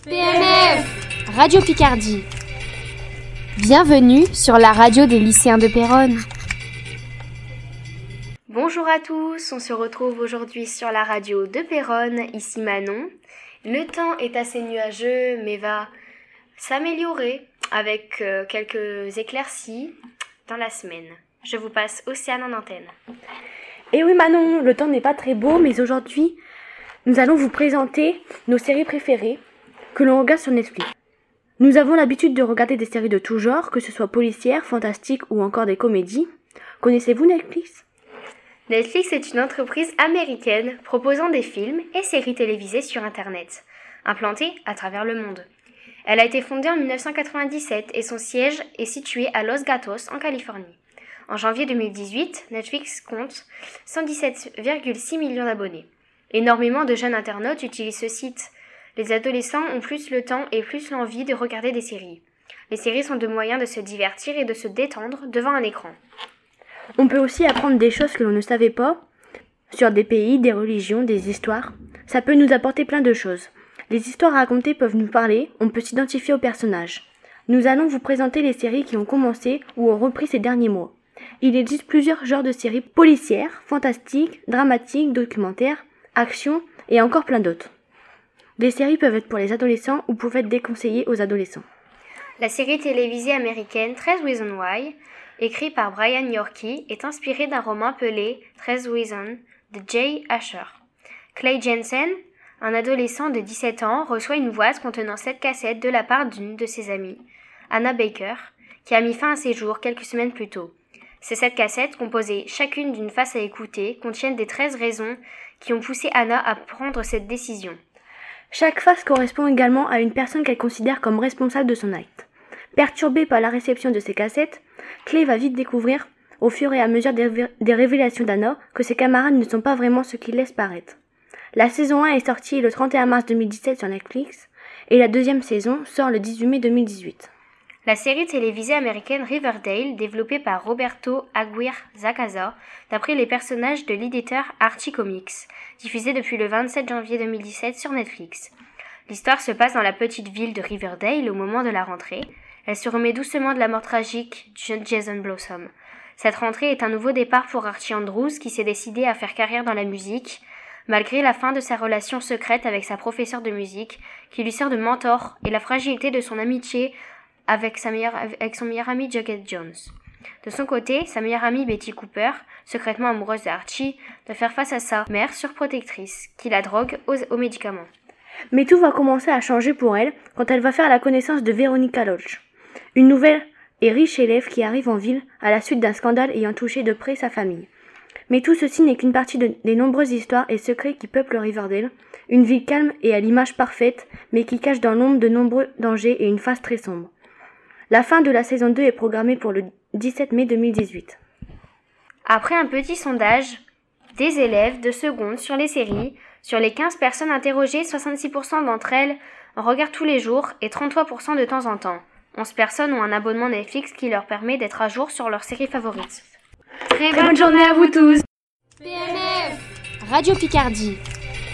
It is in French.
PNF Radio Picardie. Bienvenue sur la radio des lycéens de Péronne. Bonjour à tous, on se retrouve aujourd'hui sur la radio de Péronne, ici Manon. Le temps est assez nuageux mais va s'améliorer avec quelques éclaircies dans la semaine. Je vous passe Océane en antenne. Et oui Manon, le temps n'est pas très beau, mais aujourd'hui, nous allons vous présenter nos séries préférées que l'on regarde sur Netflix. Nous avons l'habitude de regarder des séries de tout genre, que ce soit policières, fantastiques ou encore des comédies. Connaissez-vous Netflix ? Netflix est une entreprise américaine proposant des films et séries télévisées sur Internet, implantée à travers le monde. Elle a été fondée en 1997 et son siège est situé à Los Gatos, en Californie. En janvier 2018, Netflix compte 117,6 millions d'abonnés. Énormément de jeunes internautes utilisent ce site. Les adolescents ont plus le temps et plus l'envie de regarder des séries. Les séries sont de moyens de se divertir et de se détendre devant un écran. On peut aussi apprendre des choses que l'on ne savait pas sur des pays, des religions, des histoires. Ça peut nous apporter plein de choses. Les histoires racontées peuvent nous parler, on peut s'identifier aux personnages. Nous allons vous présenter les séries qui ont commencé ou ont repris ces derniers mois. Il existe plusieurs genres de séries policières, fantastiques, dramatiques, documentaires, action et encore plein d'autres. Les séries peuvent être pour les adolescents ou peuvent être déconseillées aux adolescents. La série télévisée américaine 13 Reasons Why, écrite par Brian Yorkie, est inspirée d'un roman appelé 13 Reasons de Jay Asher. Clay Jensen, un adolescent de 17 ans, reçoit une boîte contenant 7 cassettes de la part d'une de ses amies, Anna Baker, qui a mis fin à ses jours quelques semaines plus tôt. Ces 7 cassettes, composées chacune d'une face à écouter, contiennent des 13 raisons qui ont poussé Anna à prendre cette décision. Chaque face correspond également à une personne qu'elle considère comme responsable de son acte. Perturbée par la réception de ces cassettes, Clay va vite découvrir, au fur et à mesure des révélations d'Anna, que ses camarades ne sont pas vraiment ce qu'ils laissent paraître. La saison 1 est sortie le 31 mars 2017 sur Netflix et la deuxième saison sort le 18 mai 2018. La série télévisée américaine Riverdale, développée par Roberto Aguirre-Sacasa, d'après les personnages de l'éditeur Archie Comics, diffusée depuis le 27 janvier 2017 sur Netflix. L'histoire se passe dans la petite ville de Riverdale au moment de la rentrée. Elle se remet doucement de la mort tragique du jeune Jason Blossom. Cette rentrée est un nouveau départ pour Archie Andrews qui s'est décidé à faire carrière dans la musique, malgré la fin de sa relation secrète avec sa professeure de musique, qui lui sert de mentor, et la fragilité de son amitié avec son meilleur ami Jughead Jones. De son côté, sa meilleure amie Betty Cooper, secrètement amoureuse d'Archie, doit faire face à sa mère surprotectrice, qui la drogue aux médicaments. Mais tout va commencer à changer pour elle quand elle va faire la connaissance de Veronica Lodge, une nouvelle et riche élève qui arrive en ville à la suite d'un scandale ayant touché de près sa famille. Mais tout ceci n'est qu'une partie des nombreuses histoires et secrets qui peuplent Riverdale, une ville calme et à l'image parfaite, mais qui cache dans l'ombre de nombreux dangers et une face très sombre. La fin de la saison 2 est programmée pour le 17 mai 2018. Après un petit sondage des élèves de seconde sur les séries, sur les 15 personnes interrogées, 66% d'entre elles en regardent tous les jours et 33% de temps en temps. 11 personnes ont un abonnement Netflix qui leur permet d'être à jour sur leurs séries favorites. Très bonne journée à vous tous. PNF Radio Picardie.